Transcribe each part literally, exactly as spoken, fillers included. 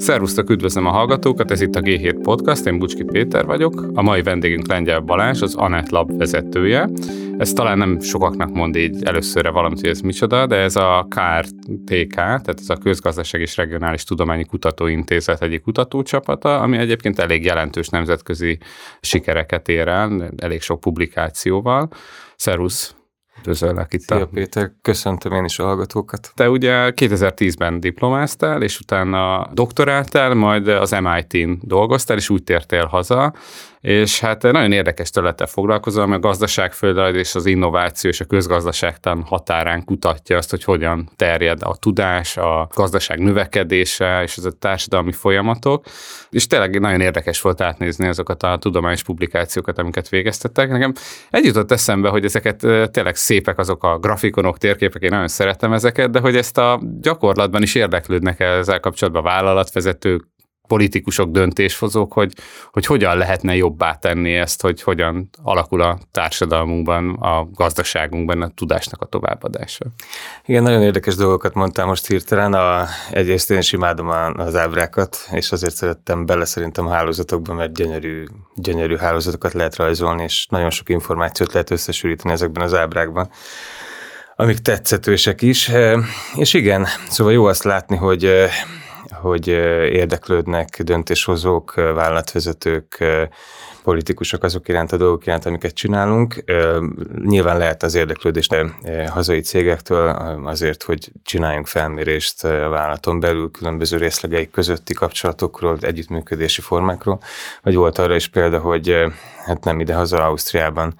Szervusztok, üdvözlöm a hallgatókat, ez itt a gé hét Podcast, én Bucski Péter vagyok, a mai vendégünk Lengyel Balázs, az Anet Lab vezetője. Ez talán nem sokaknak mond így előszörre valamit, hogy ez micsoda, de ez a ká er té ká, tehát ez a Közgazdaság és Regionális Tudományi Kutatóintézet egyik kutatócsapata, ami egyébként elég jelentős nemzetközi sikereket ér el, elég sok publikációval. Szervusz! Üdvözöllek itt. Szia Péter, köszöntöm én is a hallgatókat. Te ugye kétezer-tízben diplomáztál, és utána doktoráltál, majd az em i té-n dolgoztál, és úgy tértél haza, és hát nagyon érdekes területtel foglalkozol, mert a gazdaságföldrajz és az innováció és a közgazdaságtan határán kutatja azt, hogy hogyan terjed a tudás, a gazdaság növekedése és az a társadalmi folyamatok, és tényleg nagyon érdekes volt átnézni azokat a tudományos publikációkat, amiket végeztettek. Nekem egy jutott eszembe, hogy ezeket tényleg szépek azok a grafikonok, térképek, én nagyon szeretem ezeket, de hogy ezt a gyakorlatban is érdeklődnek ezzel kapcsolatban vállalatvezetők, politikusok, döntéshozók, hogy, hogy hogyan lehetne jobbá tenni ezt, hogy hogyan alakul a társadalmunkban, a gazdaságunkban a tudásnak a továbbadása. Igen, nagyon érdekes dolgokat mondtál most hirtelen. A, egyrészt én is imádom az ábrákat, és azért szerettem bele szerintem a hálózatokba, mert gyönyörű, gyönyörű hálózatokat lehet rajzolni, és nagyon sok információt lehet összesűríteni ezekben az ábrákban, amik tetszetősek is. És igen, szóval jó azt látni, hogy hogy érdeklődnek döntéshozók, vállalatvezetők, politikusok azok iránt, a dolgok iránt, amiket csinálunk. Nyilván lehet az érdeklődést hazai cégektől azért, hogy csináljunk felmérést a vállalaton belül különböző részlegeik közötti kapcsolatokról, együttműködési formákról. Vagy volt arra is példa, hogy hát nem ide-haza Ausztriában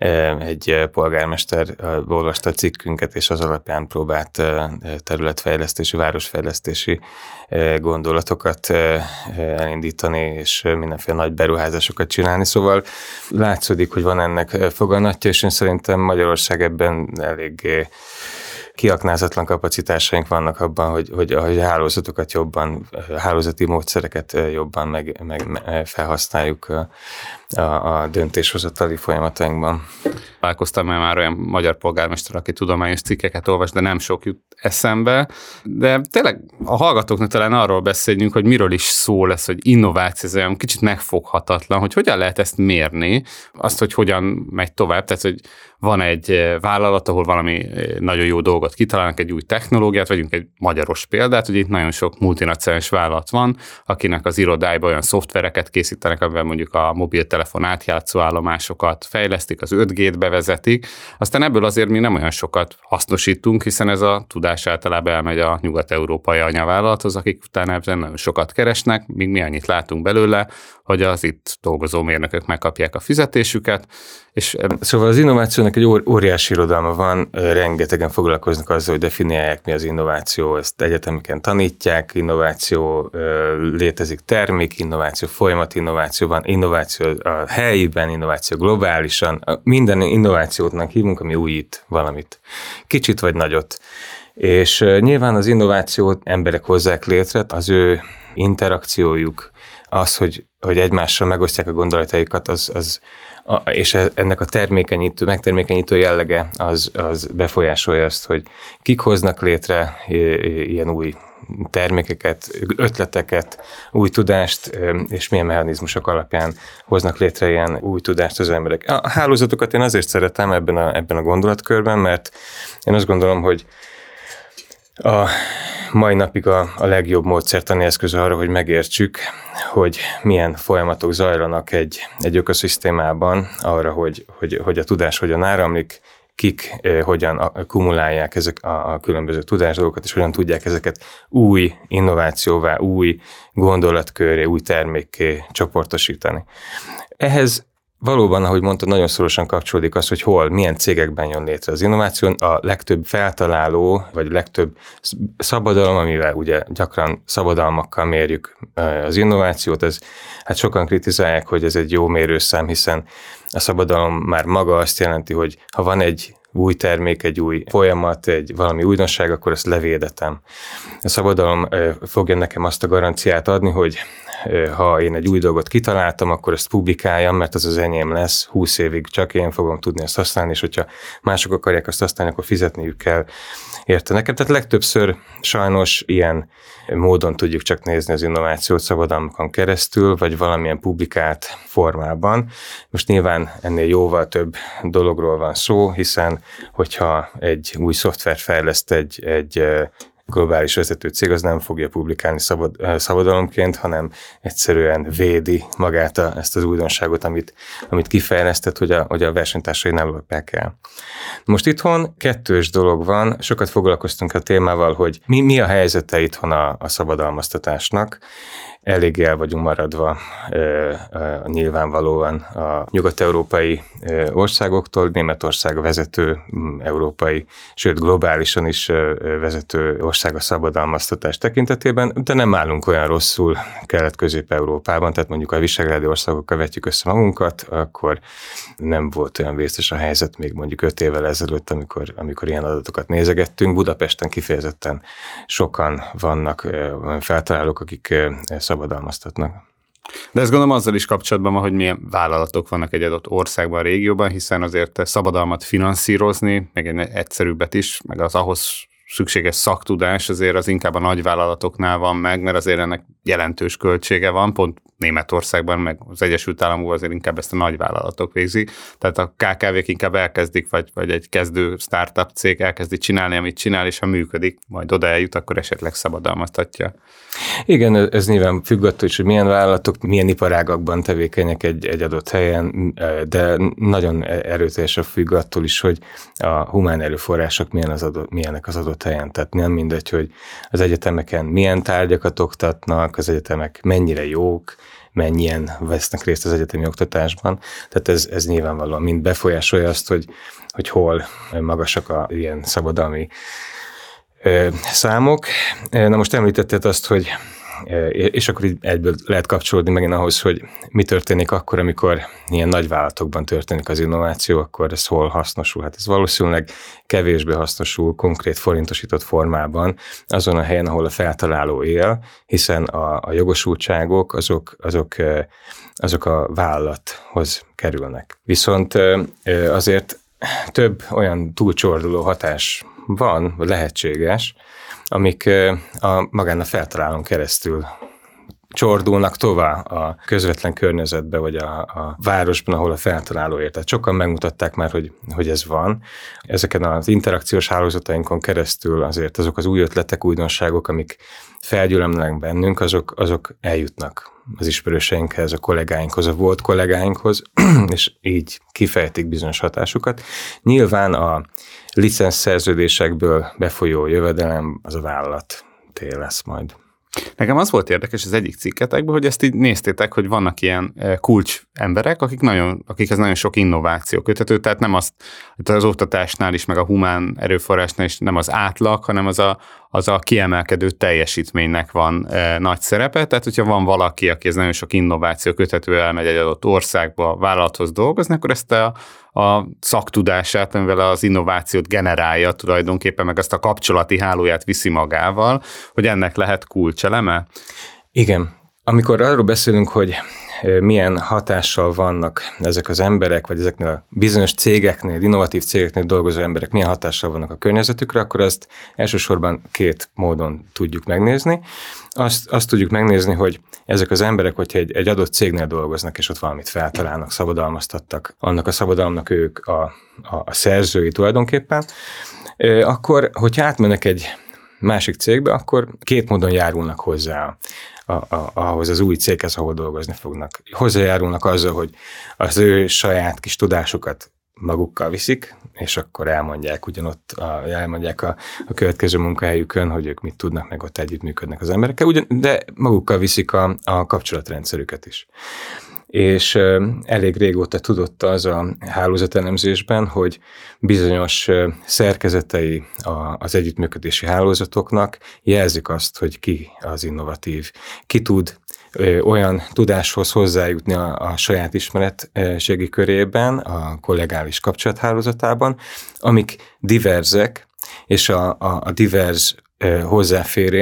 egy polgármester olvasta a cikkünket, és az alapján próbált területfejlesztési, városfejlesztési gondolatokat elindítani, és mindenféle nagy beruházásokat csinálni. Szóval látszódik, hogy van ennek foganatja, és én szerintem Magyarország ebben eléggé kiaknázatlan kapacitásaink vannak abban, hogy, hogy a hálózatokat jobban, hálózati módszereket jobban meg, meg felhasználjuk a, a döntéshozatali folyamatainkban. Találkoztam már olyan magyar polgármester, aki tudományos cikkeket olvas, de nem sok jut eszembe. De tényleg a hallgatóknak talán arról beszéljünk, hogy miről is szó lesz, hogy innováció, ez olyan kicsit megfoghatatlan, hogy hogyan lehet ezt mérni, azt, hogy hogyan megy tovább, tehát, hogy van egy vállalat, ahol valami nagyon jó dolgot kitalálnak, egy új technológiát, vegyünk egy magyaros példát, hogy itt nagyon sok multinacionális vállalat van, akinek az irodáiban olyan szoftvereket készítenek, amivel mondjuk a mobiltelefon átjátszó állomásokat fejlesztik, az öt gét bevezetik, aztán ebből azért mi nem olyan sokat hasznosítunk, hiszen ez a tudás általában elmegy a nyugat-európai anyavállalathoz, akik utána ebben nagyon sokat keresnek, míg mi annyit látunk belőle, hogy az itt dolgozó mérnökök megkapják a fizetésüket. És szóval az innovációnak egy óriási irodalma van, rengetegen foglalkoznak azzal, hogy definiálják, mi az innováció, ezt egyetemeken tanítják, innováció létezik termék, innováció folyamat, innováció van, innováció a helyiben, innováció globálisan, minden innovációtnak hívunk, ami újít valamit, kicsit vagy nagyot. És nyilván az innovációt emberek hozzák létre, az ő interakciójuk, az, hogy, hogy egymással megosztják a gondolataikat, az, az, a, és ennek a termékenyítő, megtermékenyítő jellege az, az befolyásolja azt, hogy kik hoznak létre ilyen új termékeket, ötleteket, új tudást, és milyen mechanizmusok alapján hoznak létre ilyen új tudást az emberek. A hálózatokat én azért szeretem ebben a, ebben a gondolatkörben, mert én azt gondolom, hogy a mai napig a, a legjobb módszertani eszköz arra, hogy megértsük, hogy milyen folyamatok zajlanak egy, egy ökoszisztémában, arra, hogy, hogy, hogy a tudás hogyan áramlik, kik eh, hogyan akkumulálják ezek a, a különböző tudásdolgokat, és hogyan tudják ezeket új innovációvá, új gondolatkörré, új termékké csoportosítani. Ehhez valóban, ahogy mondtad, nagyon szorosan kapcsolódik az, hogy hol, milyen cégekben jön létre az innováció. A legtöbb feltaláló, vagy legtöbb szabadalom, amivel ugye gyakran szabadalmakkal mérjük az innovációt, ez, hát sokan kritizálják, hogy ez egy jó mérőszám, hiszen a szabadalom már maga azt jelenti, hogy ha van egy új termék, egy új folyamat, egy valami újdonság, akkor ezt levédetem. A szabadalom fogja nekem azt a garanciát adni, hogy ha én egy új dolgot kitaláltam, akkor ezt publikáljam, mert az az enyém lesz, húsz évig csak én fogom tudni ezt használni, és hogyha mások akarják azt használni, akkor fizetniük kell érte nekem. Tehát legtöbbször sajnos ilyen módon tudjuk csak nézni az innovációt szabadalmakon keresztül, vagy valamilyen publikált formában. Most nyilván ennél jóval több dologról van szó, hiszen hogyha egy új szoftvert fejleszt egy, egy globális vezető cég, az nem fogja publikálni szabad, szabadalomként, hanem egyszerűen védi magát a, ezt az újdonságot, amit, amit kifejlesztett, hogy a, hogy a versenytársai nem lopják el. Most itthon kettős dolog van, sokat foglalkoztunk a témával, hogy mi, mi a helyzete itthon a, a szabadalmaztatásnak. Eléggé el vagyunk maradva e, e, nyilvánvalóan a nyugat-európai e, országoktól. Németország a vezető európai, sőt globálisan is e, vezető ország a szabadalmaztatás tekintetében, de nem állunk olyan rosszul Kelet-Közép-Európában, tehát mondjuk a visegrádi országokkal vetjük össze magunkat, akkor nem volt olyan vészes a helyzet még mondjuk öt évvel ezelőtt, amikor, amikor ilyen adatokat nézegettünk. Budapesten kifejezetten sokan vannak e, feltalálók, akik e, szabadalmaztatnak. De ezt gondolom azzal is kapcsolatban van, hogy milyen vállalatok vannak egy adott országban, a régióban, hiszen azért szabadalmat finanszírozni, meg egy egyszerűbbet is, meg az ahhoz szükséges szaktudás azért az inkább a nagyvállalatoknál van meg, mert azért ennek jelentős költsége van, pont Németországban, meg az Egyesült Államokban azért inkább ezt a nagyvállalatok végzik. Tehát a ká ká vék inkább elkezdik, vagy, vagy egy kezdő startup cég elkezdi csinálni, amit csinál, és ha működik, majd oda eljut, akkor esetleg szabadalmaztatja. Igen, ez nyilván függ attól is, hogy milyen vállalatok, milyen iparágakban tevékenyek egy, egy adott helyen, de nagyon erőteljesen függ attól is, hogy a humán erőforrások milyen az adott, milyenek az adott helyen. Tehát nem mindegy, hogy az egyetemeken milyen tárgyakat oktatnak, az egyetemek mennyire jók, mennyien vesznek részt az egyetemi oktatásban. Tehát ez, ez nyilvánvalóan mind befolyásolja azt, hogy, hogy hol magasak a ilyen szabadalmi ö, számok. Na most említetted azt, hogy és akkor így egyből lehet kapcsolódni megint ahhoz, hogy mi történik akkor, amikor ilyen nagyvállalatokban történik az innováció, akkor ez hol hasznosul? Hát ez valószínűleg kevésbé hasznosul konkrét forintosított formában azon a helyen, ahol a feltaláló él, hiszen a, a jogosultságok azok, azok, azok a vállalathoz kerülnek. Viszont azért több olyan túlcsorduló hatás van, vagy lehetséges, amik a magán a feltalálón keresztül csordulnak tovább a közvetlen környezetbe, vagy a, a városban, ahol a feltaláló él. Tehát sokan megmutatták már, hogy, hogy ez van. Ezeken az interakciós hálózatainkon keresztül azért azok az új ötletek, újdonságok, amik felgyülemlenek bennünk, azok, azok eljutnak az ismerőseinkhez, a kollégáinkhoz, a volt kollégáinkhoz, és így kifejtik bizonyos hatásukat. Nyilván a licenszszerződésekből befolyó jövedelem az a vállalaté lesz majd. Nekem az volt érdekes az egyik cikketekben, hogy ezt így néztétek, hogy vannak ilyen kulcs emberek, akik nagyon, akikhez nagyon sok innováció köthető, tehát nem azt, az oktatásnál is, meg a humán erőforrásnál is nem az átlag, hanem az a, az a kiemelkedő teljesítménynek van e, nagy szerepe, tehát hogyha van valaki, aki ez nagyon sok innováció köthető, elmegy egy adott országba, vállalathoz dolgozni, akkor ezt a, a szaktudását, amivel az innovációt generálja tulajdonképpen, meg azt a kapcsolati hálóját viszi magával, hogy ennek lehet kulcseleme? Igen. Amikor arról beszélünk, hogy milyen hatással vannak ezek az emberek, vagy ezeknél a bizonyos cégeknél, innovatív cégeknél dolgozó emberek, milyen hatással vannak a környezetükre, akkor azt elsősorban két módon tudjuk megnézni. Azt, azt tudjuk megnézni, hogy ezek az emberek, hogyha egy, egy adott cégnél dolgoznak, és ott valamit feltalálnak, szabadalmaztattak, annak a szabadalomnak ők a, a, a szerzői tulajdonképpen, akkor, hogyha átmennek egy másik cégbe, akkor két módon járulnak hozzá A, a, ahhoz az új céghez, ahol dolgozni fognak. Hozzájárulnak azzal, hogy az ő saját kis tudásukat magukkal viszik, és akkor elmondják ugyanott, a, elmondják a, a következő munkahelyükön, hogy ők mit tudnak, meg ott együttműködnek az emberekkel, ugyan, de magukkal viszik a, a kapcsolatrendszerüket is. És elég régóta tudott az a hálózatelemzésben, hogy bizonyos szerkezetei az együttműködési hálózatoknak jelzik azt, hogy ki az innovatív, ki tud olyan tudáshoz hozzájutni a, a saját ismeretségi körében, a kollegális kapcsolathálózatában, amik diverzek, és a, a, a diverz hozzáférés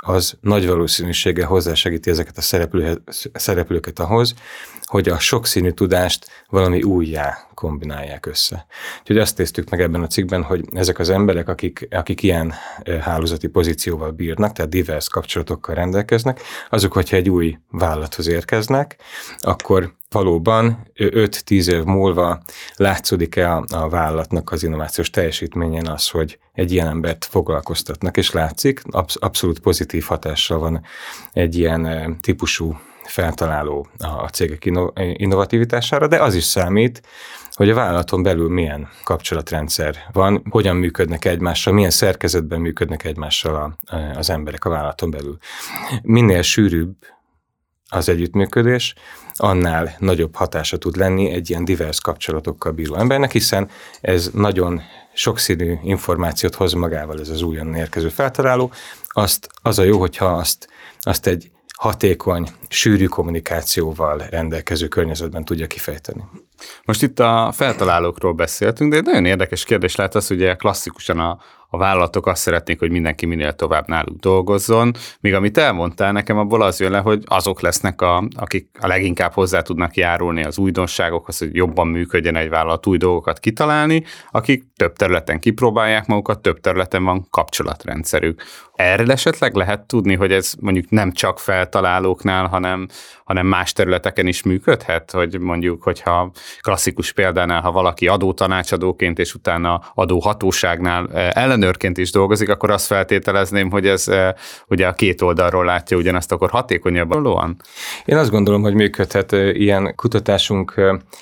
az nagy valószínűséggel hozzásegíti ezeket a szereplő, szereplőket ahhoz, hogy a sokszínű tudást valami újjá kombinálják össze. Úgyhogy azt néztük meg ebben a cikkben, hogy ezek az emberek, akik, akik ilyen hálózati pozícióval bírnak, tehát divers kapcsolatokkal rendelkeznek, azok, hogyha egy új vállalathoz érkeznek, akkor valóban öt-tíz év múlva látszódik-e a, a vállalatnak az innovációs teljesítményen az, hogy egy ilyen embert foglalkoztatnak, és látszik, absz- abszolút pozitív hatással van egy ilyen típusú feltaláló a cégek innovativitására, de az is számít, hogy a vállalaton belül milyen kapcsolatrendszer van, hogyan működnek egymással, milyen szerkezetben működnek egymással a, az emberek a vállalaton belül. Minél sűrűbb az együttműködés, annál nagyobb hatása tud lenni egy ilyen divers kapcsolatokkal bíró embernek, hiszen ez nagyon sokszínű információt hoz magával, ez az újonnan érkező feltaláló. Azt, az a jó, hogyha azt, azt egy hatékony, sűrű kommunikációval rendelkező környezetben tudja kifejteni. Most itt a feltalálókról beszéltünk, de egy nagyon érdekes kérdés lehet az, ugye klasszikusan a, a vállalatok azt szeretnék, hogy mindenki minél tovább náluk dolgozzon, míg amit elmondtál nekem, abból az jön le, hogy azok lesznek, a, akik a leginkább hozzá tudnak járulni az újdonságokhoz, hogy jobban működjen egy vállalat, új dolgokat kitalálni, akik több területen kipróbálják magukat, több területen van kapcsolatrendszerük. Erről esetleg lehet tudni, hogy ez mondjuk nem csak feltalálóknál, hanem, hanem más területeken is működhet, hogy mondjuk, hogyha klasszikus példánál, ha valaki adótanácsadóként és utána adóhatóságnál ellenőrként is dolgozik, akkor azt feltételezném, hogy ez ugye a két oldalról látja ugyanazt, akkor hatékonyabban. Én azt gondolom, hogy működhet. Ilyen kutatásunk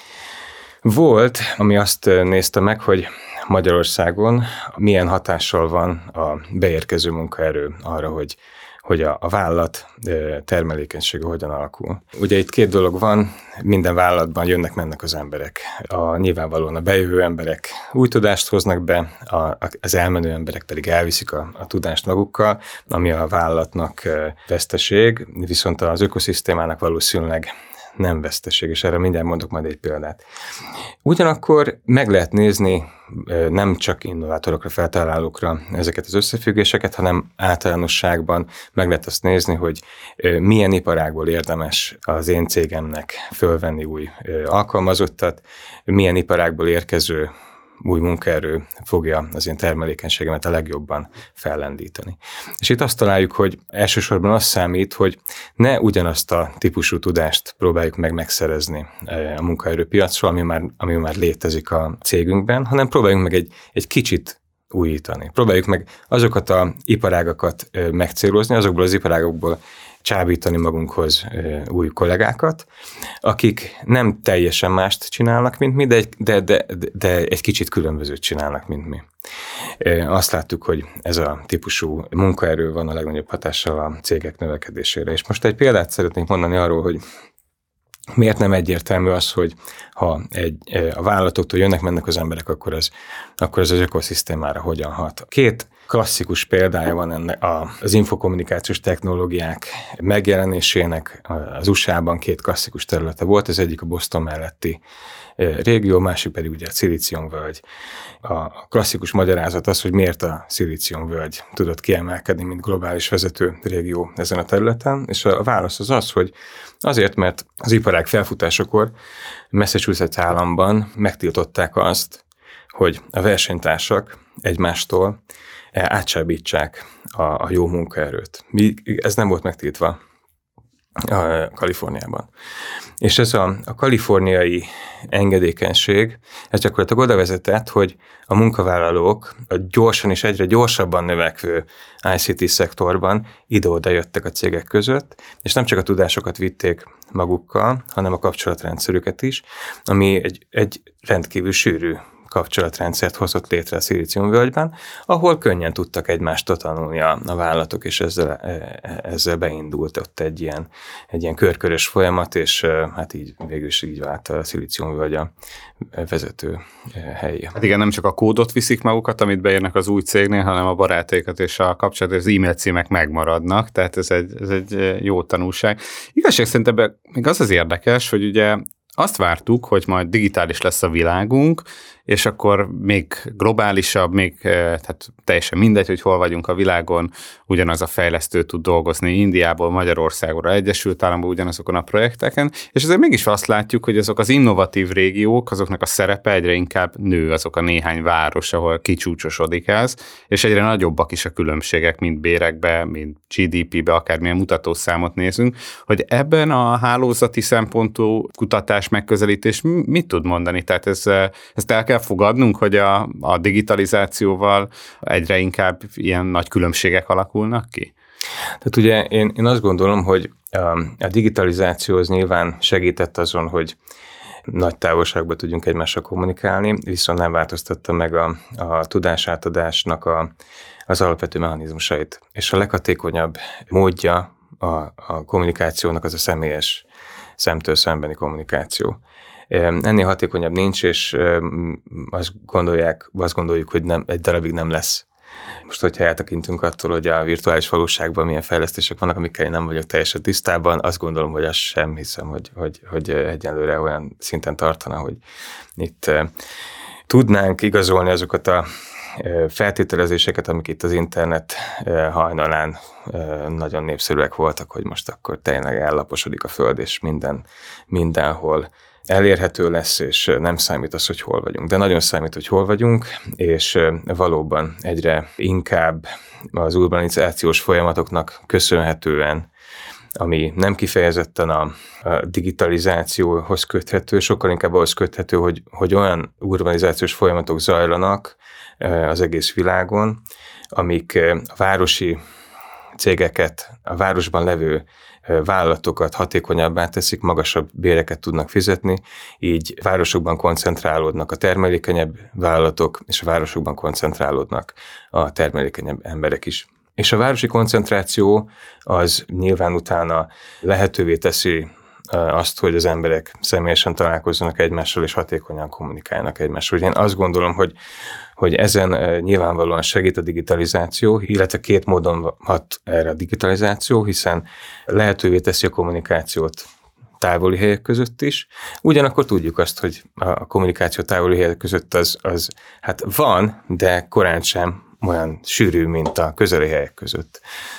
volt, ami azt nézte meg, hogy Magyarországon milyen hatással van a beérkező munkaerő arra, hogy, hogy a, a vállalat termelékenysége hogyan alakul. Ugye itt két dolog van, minden vállalatban jönnek-mennek az emberek. A, nyilvánvalóan a bejövő emberek új tudást hoznak be, a, az elmenő emberek pedig elviszik a, a tudást magukkal, ami a vállalatnak veszteség, viszont az ökoszisztémának valószínűleg nem veszteség, és erre mindjárt mondok majd egy példát. Ugyanakkor meg lehet nézni nem csak innovátorokra, feltalálókra ezeket az összefüggéseket, hanem általánosságban meg lehet azt nézni, hogy milyen iparágból érdemes az én cégemnek fölvenni új alkalmazottat, milyen iparágból érkező új munkaerő fogja az én termelékenységemet a legjobban fellendíteni. És itt azt találjuk, hogy elsősorban az számít, hogy ne ugyanazt a típusú tudást próbáljuk meg megszerezni a munkaerőpiacról, ami már, ami már létezik a cégünkben, hanem próbáljunk meg egy, egy kicsit újítani. Próbáljuk meg azokat az iparágakat megcélozni, azokból az iparágokból csábítani magunkhoz új kollégákat, akik nem teljesen mást csinálnak, mint mi, de, de, de, de egy kicsit különbözőt csinálnak, mint mi. Azt láttuk, hogy ez a típusú munkaerő van a legnagyobb hatással a cégek növekedésére. És most egy példát szeretnék mondani arról, hogy miért nem egyértelmű az, hogy ha egy, a vállalatoktól jönnek-mennek az emberek, akkor az, akkor az az ökoszisztémára hogyan hat. Két klasszikus példája van ennek az infokommunikációs technológiák megjelenésének. Az u es á-ban két klasszikus területe volt, az egyik a Boston melletti régió, másik pedig ugye a Szilíciumvölgy. A klasszikus magyarázat az, hogy miért a Szilíciumvölgy tudott kiemelkedni, mint globális vezető régió ezen a területen, és a válasz az az, hogy azért, mert az iparág felfutásakor Massachusetts államban megtiltották azt, hogy a versenytársak egymástól átsábítsák a, a jó munkaerőt. Ez nem volt megtiltva a Kaliforniában. És ez a, a kaliforniai engedékenység, ez gyakorlatilag oda vezetett, hogy a munkavállalók a gyorsan és egyre gyorsabban növekvő i cé té szektorban ide-oda jöttek a cégek között, és nem csak a tudásokat vitték magukkal, hanem a kapcsolatrendszerüket is, ami egy, egy rendkívül sűrű kapcsolatrendszert hozott létre a Szilíciumvölgyben, ahol könnyen tudtak egymástól tanulni a, a vállalatok, és ezzel, ezzel beindult ott egy ilyen, egy ilyen körkörös folyamat, és hát így végül is így vált a Szilíciumvölgy a vezető helyé. Hát igen, nem csak a kódot viszik magukat, amit beírnak az új cégnél, hanem a barátékat és a kapcsolat, az e-mail címek megmaradnak, tehát ez egy, ez egy jó tanulság. Igazság szerint ebben még az az érdekes, hogy ugye azt vártuk, hogy majd digitális lesz a világunk, és akkor még globálisabb, még tehát teljesen mindegy, hogy hol vagyunk a világon, ugyanaz a fejlesztő tud dolgozni Indiából, Magyarországról, Egyesült Államokból ugyanazokon a projekteken, és ezért mégis azt látjuk, hogy azok az innovatív régiók, azoknak a szerepe egyre inkább nő, azok a néhány város, ahol kicsúcsosodik ez, és egyre nagyobbak is a különbségek, mint bérekbe, mint gé dé pé-be, akármilyen mutatószámot nézünk, hogy ebben a hálózati szempontú kutatás megközelítés mit tud mondani? Tehát ez, ezt el kell fogadnunk, hogy a, a digitalizációval egyre inkább ilyen nagy különbségek alakulnak ki? Tehát ugye én, én azt gondolom, hogy a, a digitalizáció az nyilván segített azon, hogy nagy távolságban tudjunk egymással kommunikálni, viszont nem változtatta meg a, a tudásátadásnak a, az alapvető mechanizmusait. És a leghatékonyabb módja a, a kommunikációnak az a személyes, szemtől szembeni kommunikáció. Ennél hatékonyabb nincs, és azt gondolják, azt gondoljuk, hogy nem, egy darabig nem lesz. Most, hogyha eltekintünk attól, hogy a virtuális valóságban milyen fejlesztések vannak, amikkel én nem vagyok teljesen tisztában, azt gondolom, hogy azt sem hiszem, hogy, hogy, hogy egyenlőre olyan szinten tartana, hogy itt tudnánk igazolni azokat a feltételezéseket, amik itt az internet hajnalán nagyon népszerűek voltak, hogy most akkor tényleg ellaposodik a föld, és minden, mindenhol elérhető lesz, és nem számít az, hogy hol vagyunk. De nagyon számít, hogy hol vagyunk, és valóban egyre inkább az urbanizációs folyamatoknak köszönhetően, ami nem kifejezetten a digitalizációhoz köthető, sokkal inkább ahhoz köthető, hogy, hogy olyan urbanizációs folyamatok zajlanak az egész világon, amik a városi cégeket, a városban levő vállalatokat hatékonyabbá teszik, magasabb béreket tudnak fizetni, így városokban koncentrálódnak a termelékenyebb vállalatok, és a városokban koncentrálódnak a termelékenyebb emberek is. És a városi koncentráció az nyilván utána lehetővé teszi azt, hogy az emberek személyesen találkozzanak egymással, és hatékonyan kommunikálnak egymással. Én azt gondolom, hogy, hogy ezen nyilvánvalóan segít a digitalizáció, illetve két módon hat erre a digitalizáció, hiszen lehetővé teszi a kommunikációt távoli helyek között is. Ugyanakkor tudjuk azt, hogy a kommunikáció távoli helyek között az, az hát van, de korán sem olyan sűrű, mint a közeli helyek között.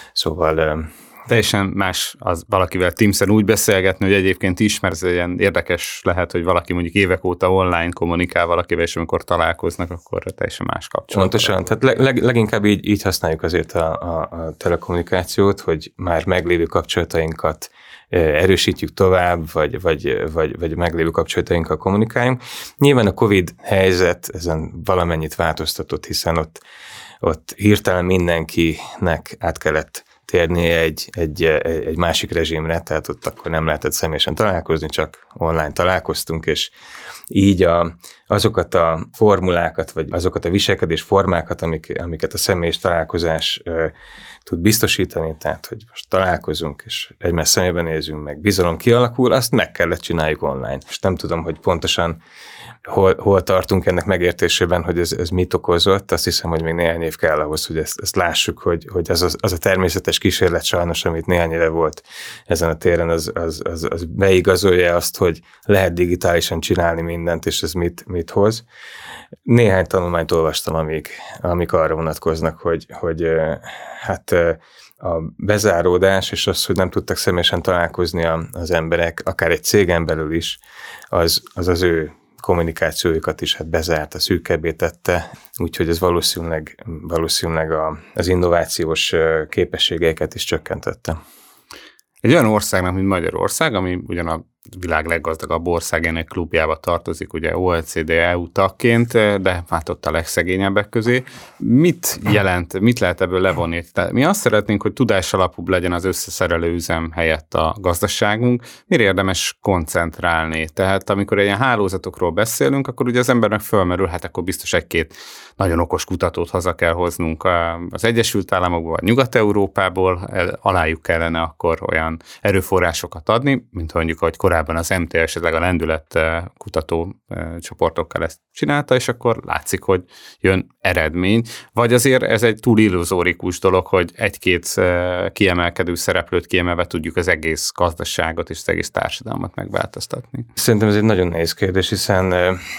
Szóval teljesen más az valakivel Teams-en úgy beszélgetni, hogy egyébként ismer, ez ilyen érdekes lehet, hogy valaki mondjuk évek óta online kommunikál valakivel, és amikor találkoznak, akkor teljesen más kapcsolat. Pontosan, tehát leg, leg, leginkább így, így használjuk azért a, a, a telekommunikációt, hogy már meglévő kapcsolatainkat erősítjük tovább, vagy, vagy, vagy, vagy meglévő kapcsolatainkkal kommunikáljunk. Nyilván a Covid helyzet ezen valamennyit változtatott, hiszen ott, ott hirtelen mindenkinek át kellett térnie egy, egy, egy másik rezsimre, tehát ott akkor nem lehetett személyesen találkozni, csak online találkoztunk, és így a, azokat a formulákat, vagy azokat a viselkedés formákat, amik, amiket a személyes találkozás e, tud biztosítani, tehát hogy most találkozunk, és egymás szemében nézünk meg, bizalom kialakul, azt meg kellett csináljuk online. Most nem tudom, hogy pontosan hol, hol tartunk ennek megértésében, hogy ez, ez mit okozott. Azt hiszem, hogy még néhány év kell ahhoz, hogy ezt, ezt lássuk, hogy, hogy az, az, az a természetes kísérlet sajnos, amit néhány éve volt ezen a téren, az, az, az, az beigazolja azt, hogy lehet digitálisan csinálni mindent, és ez mit, mit hoz. Néhány tanulmányt olvastam, amik, amik arra vonatkoznak, hogy, hogy hát a bezáródás, és az, hogy nem tudtak személyesen találkozni az emberek, akár egy cégen belül is, az az, az ő kommunikációjukat is hát bezárta, szűkebbé tette, úgyhogy ez valószínűleg, valószínűleg a, az innovációs képességeiket is csökkentette. Egy olyan országnak, mint Magyarország, ami ugyan a világ leggazdagabb országának klubjába tartozik, ugye o e cé dé é u tagként, de hát ott a legszegényebbek közé. Mit jelent, mit lehet ebből levonni? Tehát mi azt szeretnénk, hogy tudás alapúbb legyen az összeszerelő üzem helyett a gazdaságunk. Mire érdemes koncentrálni? Tehát amikor ilyen hálózatokról beszélünk, akkor ugye az embernek fölmerül, hát akkor biztos egy-két nagyon okos kutatót haza kell hoznunk az Egyesült Államokból, vagy Nyugat-Európából, alájuk kellene akkor olyan erőforrásokat adni, mint mondjuk, hogy korábban az em té esetleg a lendület kutató csoportokkal ezt csinálta, és akkor látszik, hogy jön eredmény. Vagy azért ez egy túl illuzórikus dolog, hogy egy-két kiemelkedő szereplőt kiemelve tudjuk az egész gazdaságot és az egész társadalmat megváltoztatni. Szerintem ez egy nagyon nehéz kérdés, hiszen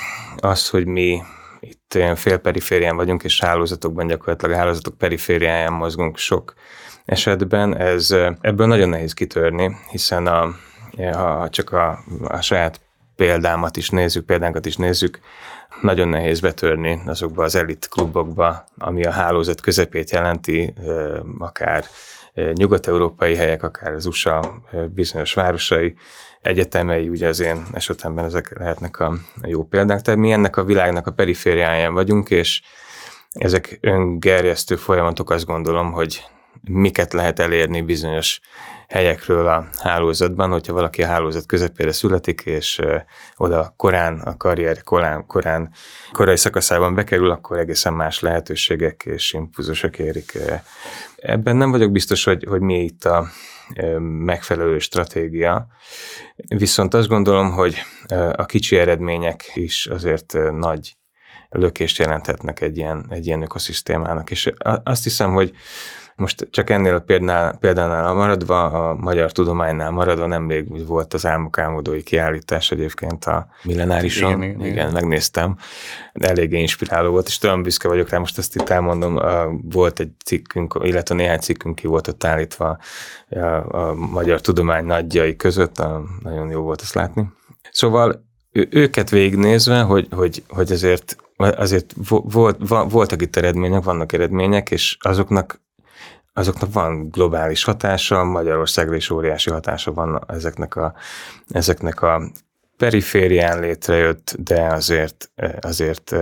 az, hogy mi itt ilyen félperiférián vagyunk, és hálózatokban gyakorlatilag a hálózatok perifériáján mozgunk sok esetben, ez ebből nagyon nehéz kitörni, hiszen a, ha csak a, a saját példámat is nézzük, példánkat is nézzük, nagyon nehéz betörni azokba az elit klubokba, ami a hálózat közepét jelenti, akár nyugat-európai helyek, akár az u es á bizonyos városai, egyetemei, ugye az én esetemben ezek lehetnek a jó példák. Tehát mi ennek a világnak a perifériáján vagyunk, és ezek öngerjesztő folyamatok, azt gondolom, hogy miket lehet elérni bizonyos helyekről a hálózatban, hogyha valaki a hálózat közepére születik, és oda korán, a karrier korán, korán korai szakaszában bekerül, akkor egészen más lehetőségek és impulzusok érik. Ebben nem vagyok biztos, hogy, hogy mi itt a megfelelő stratégia, viszont azt gondolom, hogy a kicsi eredmények is azért nagy lökést jelenthetnek egy ilyen, egy ilyen ökoszisztémának, és azt hiszem, hogy most csak ennél a példánál, példánál maradva, a magyar tudománynál maradva nemrég volt az Álmok álmodói kiállítás egyébként a Millenárison. Igen, igen, igen, megnéztem. Eléggé inspiráló volt, és olyan büszke vagyok rá, most ezt itt elmondom, volt egy cikkünk, illetve néhány cikkünk ki volt ott állítva a, a magyar tudomány nagyjai között, nagyon jó volt ezt látni. Szóval őket végignézve, hogy, hogy, hogy azért, azért volt, voltak itt eredmények, vannak eredmények, és azoknak azoknak van globális hatása, Magyarországra is óriási hatása van ezeknek a, ezeknek a periférián létrejött, de azért, azért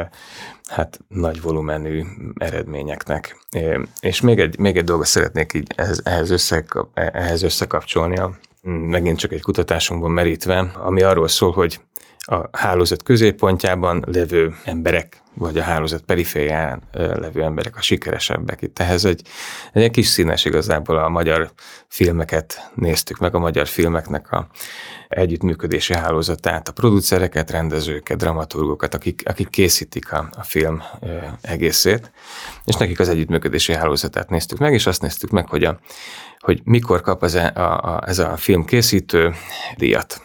hát nagy volumenű eredményeknek. És még egy, még egy dolgot szeretnék így ehhez, ehhez, összekap, ehhez összekapcsolni, megint csak egy kutatásunkban merítve, ami arról szól, hogy a hálózat középpontjában levő emberek, vagy a hálózat periférián levő emberek a sikeresebbek. Itt ehhez egy, egy kis színes igazából a magyar filmeket néztük meg, a magyar filmeknek a együttműködési hálózatát, a producereket, rendezőket, dramaturgokat, akik, akik készítik a, a film egészét, és nekik az együttműködési hálózatát néztük meg, és azt néztük meg, hogy, a, hogy mikor kap az a, a, ez a film készítő díjat.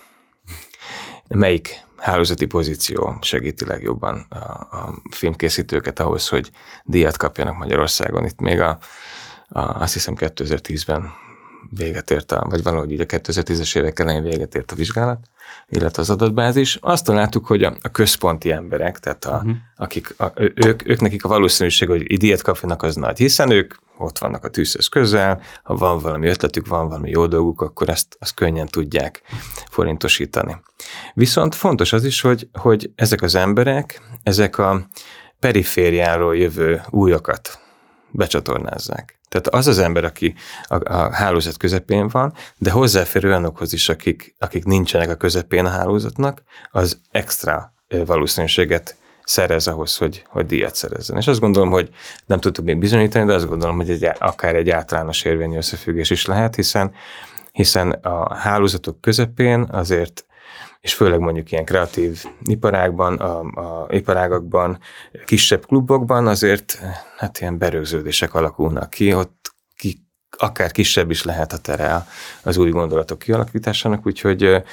Melyik hálózati pozíció segíti legjobban a, a filmkészítőket ahhoz, hogy díjat kapjanak Magyarországon. Itt még a, a, azt hiszem kétezer-tízben véget ért, a, vagy valahogy így a kétezer-tízes évek elején véget ért a vizsgálat, illetve az adatbázis. Azt találtuk, hogy a, a központi emberek, tehát a, uh-huh. akik, a, ők, ők nekik a valószínűség, hogy díjat kapjanak, az nagy, hiszen ők ott vannak a tűzhöz közel, ha van valami ötletük, van valami jó dolguk, akkor ezt, ezt könnyen tudják forintosítani. Viszont fontos az is, hogy, hogy ezek az emberek, ezek a perifériáról jövő újakat becsatornázzák. Tehát az az ember, aki a, a hálózat közepén van, de hozzáfér olyanokhoz is, akik, akik nincsenek a közepén a hálózatnak, az extra valószínűséget szerez ahhoz, hogy, hogy díjat szerezzen. És azt gondolom, hogy nem tudtuk még bizonyítani, de azt gondolom, hogy egy, akár egy általános érvényű összefüggés is lehet, hiszen, hiszen a hálózatok közepén azért, és főleg mondjuk ilyen kreatív iparágban, a, a iparágakban, kisebb klubokban azért hát ilyen berögződések alakulnak ki, ott ki, akár kisebb is lehet a tere az új gondolatok kialakításának, úgyhogy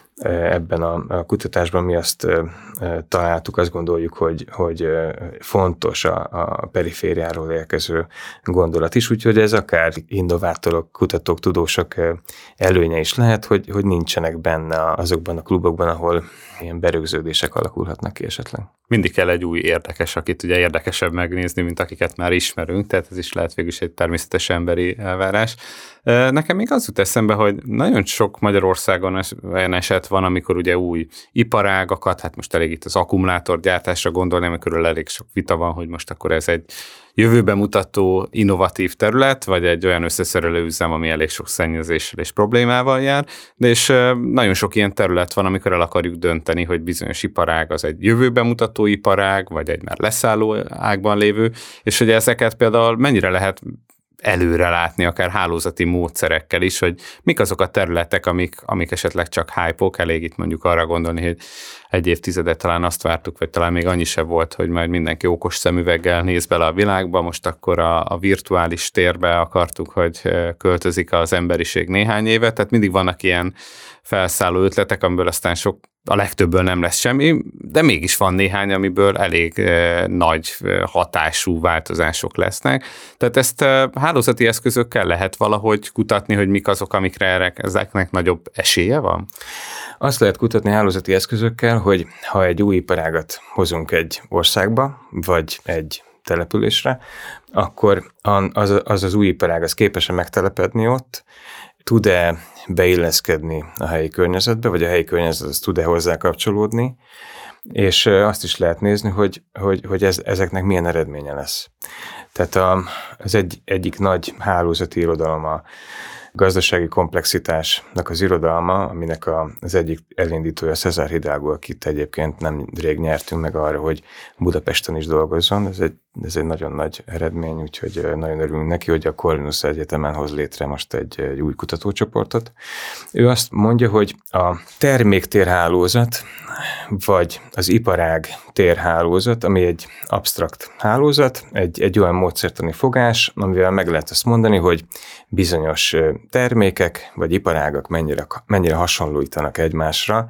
ebben a kutatásban mi azt találtuk, azt gondoljuk, hogy, hogy fontos a, a perifériáról érkező gondolat is, úgyhogy ez akár innovátorok, kutatók, tudósok előnye is lehet, hogy, hogy nincsenek benne azokban a klubokban, ahol ilyen berögződések alakulhatnak ki esetleg. Mindig kell egy új érdekes, akit ugye érdekesebb megnézni, mint akiket már ismerünk, tehát ez is lehet végül is egy természetes emberi elvárás. Nekem még az jut eszembe, hogy nagyon sok Magyarországon olyan eset van, amikor ugye új iparágakat, hát most elég itt az akkumulátorgyártásra gondolni, amikor elég sok vita van, hogy most akkor ez egy jövőbe mutató innovatív terület, vagy egy olyan összeszerelő üzem, ami elég sok szennyezéssel és problémával jár, de és nagyon sok ilyen terület van, amikor el akarjuk dönteni, hogy bizonyos iparág az egy jövőbe mutató iparág, vagy egy már leszálló ágban lévő, és hogy ezeket például mennyire lehet előre látni, akár hálózati módszerekkel is, hogy mik azok a területek, amik, amik esetleg csak hype-ok, elég itt mondjuk arra gondolni, hogy egy évtizedet talán azt vártuk, vagy talán még annyi sem volt, hogy majd mindenki okos szemüveggel néz bele a világba, most akkor a, a virtuális térbe akartuk, hogy költözik az emberiség néhány éve, tehát mindig vannak ilyen felszálló ötletek, amiből aztán sok a legtöbbből nem lesz semmi, de mégis van néhány, amiből elég eh, nagy hatású változások lesznek. Tehát ezt eh, hálózati eszközökkel lehet valahogy kutatni, hogy mik azok, amikre ezeknek nagyobb esélye van? Azt lehet kutatni hálózati eszközökkel, hogy ha egy új iparágat hozunk egy országba, vagy egy településre, akkor az az, az új iparág az képes-e megtelepedni ott, tud-e beilleszkedni a helyi környezetbe, vagy a helyi környezet az tud-e hozzá kapcsolódni, és azt is lehet nézni, hogy, hogy, hogy ez, ezeknek milyen eredménye lesz. Tehát a, az egy, egyik nagy hálózati irodalom a gazdasági komplexitásnak az irodalma, aminek a, az egyik elindítója César Hidalgo, akit egyébként nem rég nyertünk meg arra, hogy Budapesten is dolgozzon. Ez egy, ez egy nagyon nagy eredmény, úgyhogy nagyon örülünk neki, hogy a Corvinus Egyetemen hoz létre most egy, egy új kutatócsoportot. Ő azt mondja, hogy a terméktérhálózat, vagy az iparág térhálózat, ami egy absztrakt hálózat, egy, egy olyan módszertani fogás, amivel meg lehet azt mondani, hogy bizonyos termékek vagy iparágak mennyire, mennyire hasonlítanak egymásra,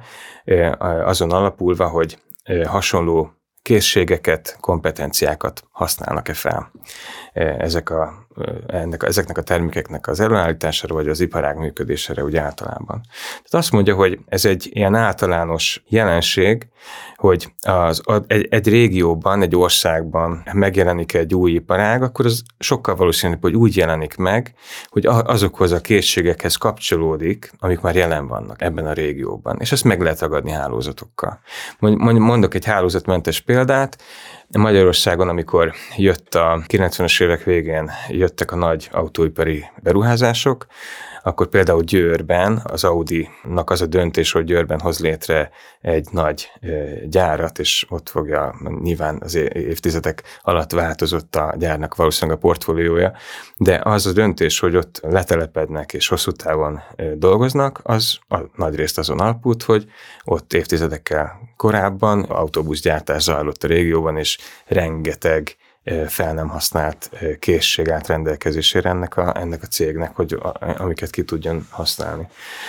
azon alapulva, hogy hasonló készségeket, kompetenciákat használnak-e fel ezek a, ennek, ezeknek a termékeknek az előállítására, vagy az iparág működésére úgy általában. Tehát azt mondja, hogy ez egy ilyen általános jelenség, hogy az, egy, egy régióban, egy országban megjelenik egy új iparág, akkor az sokkal valószínűbb, hogy úgy jelenik meg, hogy azokhoz a készségekhez kapcsolódik, amik már jelen vannak ebben a régióban. És ezt meg lehet ragadni hálózatokkal. Mondok egy hálózatmentes példát. Magyarországon, amikor jött a kilencvenes évek végén jöttek a nagy autóipari beruházások, akkor például Győrben az Audi-nak az a döntés, hogy Győrben hoz létre egy nagy gyárat, és ott fogja, nyilván az évtizedek alatt változott a gyárnak valószínűleg a portfóliója, de az a döntés, hogy ott letelepednek és hosszú távon dolgoznak, az a nagyrészt azon alapult, hogy ott évtizedekkel korábban autóbuszgyártás zajlott a régióban, és rengeteg fel nem használt készség állt rendelkezésére ennek a, ennek a cégnek, hogy amiket ki tudjon használni.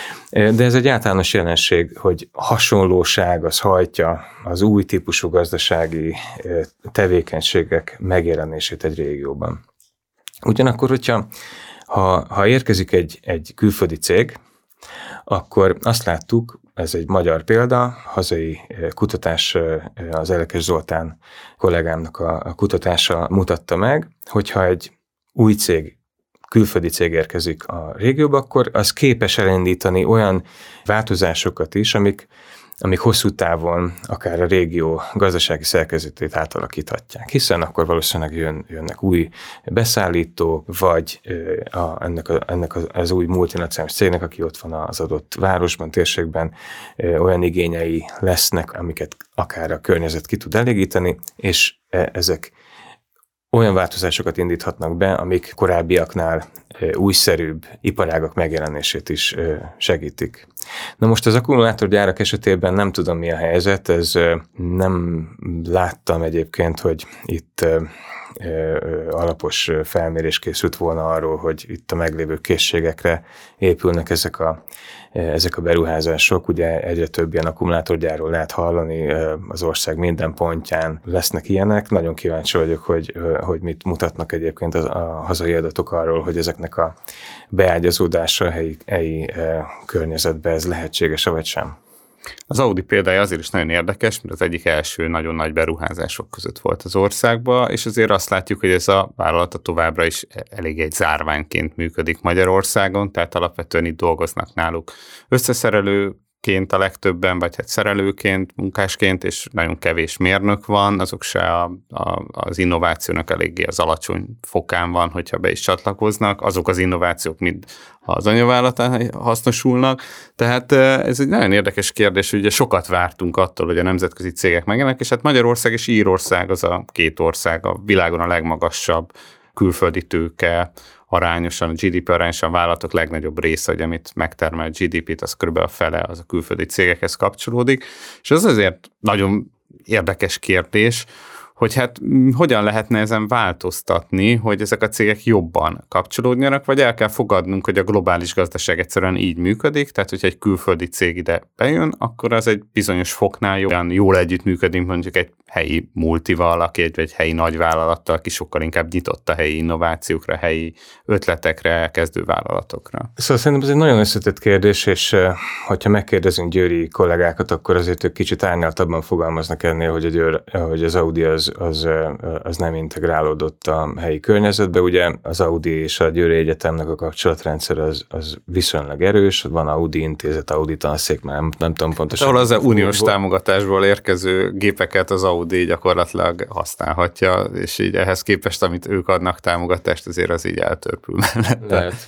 De ez egy általános jelenség, hogy hasonlóság az hajtja az új típusú gazdasági tevékenységek megjelenését egy régióban. Ugyanakkor, hogyha ha, ha érkezik egy, egy külföldi cég, akkor azt láttuk, ez egy magyar példa, hazai kutatás, az Elekes Zoltán kollégámnak a kutatása mutatta meg, hogyha egy új cég, külföldi cég érkezik a régióba, akkor az képes elindítani olyan változásokat is, amik, amik hosszú távon akár a régió gazdasági szerkezetét átalakíthatják, hiszen akkor valószínűleg jön, jönnek új beszállítók, vagy a, ennek, a, ennek az új multinacionális cégnek, aki ott van az adott városban, térségben, olyan igényei lesznek, amiket akár a környezet ki tud elégíteni, és ezek olyan változásokat indíthatnak be, amik korábbiaknál újszerűbb iparágak megjelenését is segítik. Na most az akkumulátorgyárak esetében nem tudom, mi a helyzet, ez nem láttam egyébként, hogy itt alapos felmérés készült volna arról, hogy itt a meglévő készségekre épülnek ezek a, ezek a beruházások. Ugye egyre több ilyen akkumulátorgyárról lehet hallani, az ország minden pontján lesznek ilyenek. Nagyon kíváncsi vagyok, hogy, hogy mit mutatnak egyébként a, a hazai adatok arról, hogy ezeknek a beágyazódása a helyi, helyi környezetbe ez lehetséges-e vagy sem. Az Audi példája azért is nagyon érdekes, mert az egyik első nagyon nagy beruházások között volt az országban, és azért azt látjuk, hogy ez a vállalata továbbra is elég egy zárványként működik Magyarországon, tehát alapvetően itt dolgoznak náluk összeszerelő, ként a legtöbben, vagy hát szerelőként, munkásként, és nagyon kevés mérnök van, azok se a, a, az innovációnak eléggé az alacsony fokán van, hogyha be is csatlakoznak, azok az innovációk mind az anyavállalatán hasznosulnak. Tehát ez egy nagyon érdekes kérdés, hogy ugye sokat vártunk attól, hogy a nemzetközi cégek megjelennek, és hát Magyarország és Írország az a két ország a világon a legmagasabb külföldi tőke arányosan, a gé dé pé arányosan vállalatok legnagyobb része, hogy amit megtermel a gé dé pét, az kb. A fele az a külföldi cégekhez kapcsolódik. És az azért nagyon érdekes kérdés, hogy hát hogyan lehetne ezen változtatni, hogy ezek a cégek jobban kapcsolódjanak, vagy el kell fogadnunk, hogy a globális gazdaság egyszerűen így működik, tehát hogyha egy külföldi cég ide bejön, akkor az egy bizonyos foknál olyan jól együttműködik, mondjuk egy helyi multival, aki egy, egy helyi nagyvállalattal, aki sokkal inkább nyitott a helyi innovációkra, helyi ötletekre, kezdővállalatokra. Szóval szerintem ez egy nagyon összetett kérdés, és hogyha megkérdezünk győri kollégákat, akkor azért ők kicsit árnyaltabban fogalmaznak ennél, hogy, a Győr, hogy az Audi az, az, az nem integrálódott a helyi környezetbe. Ugye az Audi és a Győri Egyetemnek a kapcsolatrendszer az, az viszonylag erős, van Audi intézet, Audi tanszék, már nem, nem tudom pontosan. Ahol az a uniós támogatásból érkező gépeket az Audi gyakorlatilag használhatja, és így ehhez képest, amit ők adnak támogatást, azért az így eltörpül mellette. Lehet.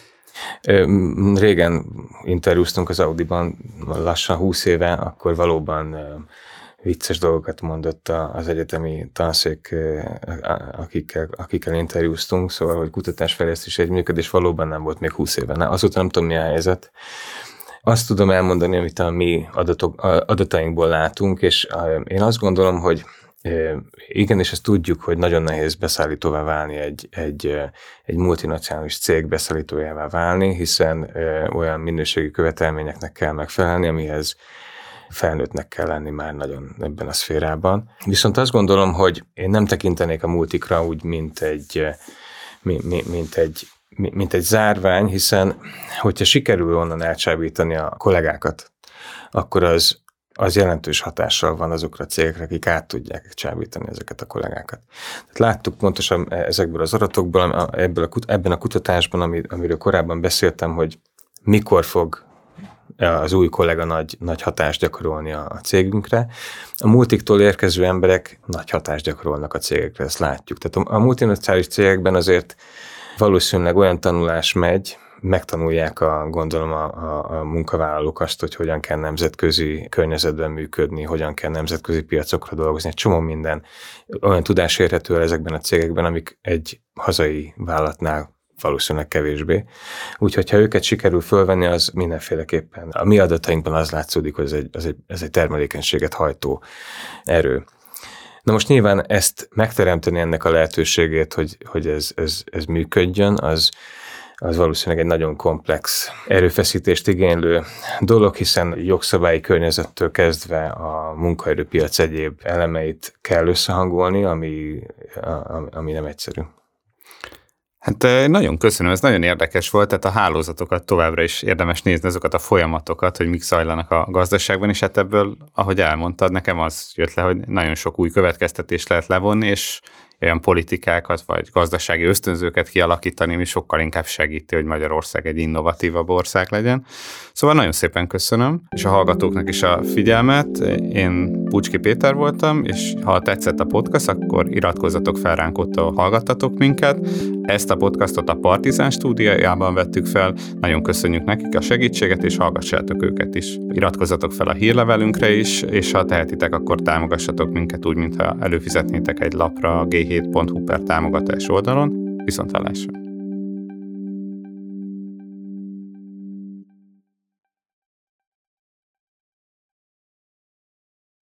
Régen interjúztunk az Audiban, lassan húsz éve, akkor valóban vicces dolgokat mondott az egyetemi tanszék, akikkel, akikkel interjúztunk, szóval, hogy kutatásfejlesztés egy működés valóban nem volt még húsz éve. Azóta nem tudom, mi a helyzet. Azt tudom elmondani, amit a mi adatok, adatainkból látunk, és én azt gondolom, hogy igen, és ezt tudjuk, hogy nagyon nehéz beszállítóvá válni, egy, egy, egy multinacionális cég beszállítójává válni, hiszen olyan minőségi követelményeknek kell megfelelni, amihez felnőttnek kell lenni már nagyon ebben a szférában. Viszont azt gondolom, hogy én nem tekintenék a multikra úgy, mint egy, mint, mint egy, mint egy zárvány, hiszen hogyha sikerül onnan elcsábítani a kollégákat, akkor az az jelentős hatással van azokra a cégekre, akik át tudják csábítani ezeket a kollégákat. Tehát láttuk pontosan ezekből az adatokból, ebből a, ebben a kutatásban, amiről korábban beszéltem, hogy mikor fog az új kollega nagy, nagy hatást gyakorolni a, a cégünkre. A multiktól érkező emberek nagy hatást gyakorolnak a cégekre, ezt látjuk. Tehát a, a multinacionális cégekben azért valószínűleg olyan tanulás megy, megtanulják a, gondolom a, a, a munkavállalók azt, hogy hogyan kell nemzetközi környezetben működni, hogyan kell nemzetközi piacokra dolgozni, egy csomó minden olyan tudás érhető el ezekben a cégekben, amik egy hazai vállalatnál valószínűleg kevésbé. Úgyhogy ha őket sikerül fölvenni, az mindenféleképpen a mi adatainkban az látszódik, hogy ez egy, ez egy, ez egy termelékenységet hajtó erő. Na most nyilván ezt megteremteni ennek a lehetőségét, hogy, hogy ez, ez, ez működjön, az az valószínűleg egy nagyon komplex erőfeszítést igénylő dolog, hiszen jogszabályi környezettől kezdve a munkaerőpiac egyéb elemeit kell összehangolni, ami, ami nem egyszerű. Hát nagyon köszönöm, ez nagyon érdekes volt, tehát a hálózatokat továbbra is érdemes nézni, azokat a folyamatokat, hogy mik zajlanak a gazdaságban, és hát ebből, ahogy elmondtad, nekem az jött le, hogy nagyon sok új következtetést lehet levonni, és olyan politikákat vagy gazdasági ösztönzőket kialakítani, ami sokkal inkább segíti, hogy Magyarország egy innovatívabb ország legyen. Szóval nagyon szépen köszönöm, és a hallgatóknak is a figyelmet. Én Pucski Péter voltam, és ha tetszett a podcast, akkor iratkozzatok fel ránk ott, ahol hallgattatok minket. Ezt a podcastot a Partizán stúdiójában vettük fel. Nagyon köszönjük nekik a segítséget, és hallgassátok őket is. Iratkozzatok fel a hírlevelünkre is, és ha tehetitek, akkor támogassatok minket úgy, mintha előfizetnétek egy lapra a g hét pont hu per támogatás oldalon. Viszonthallásra!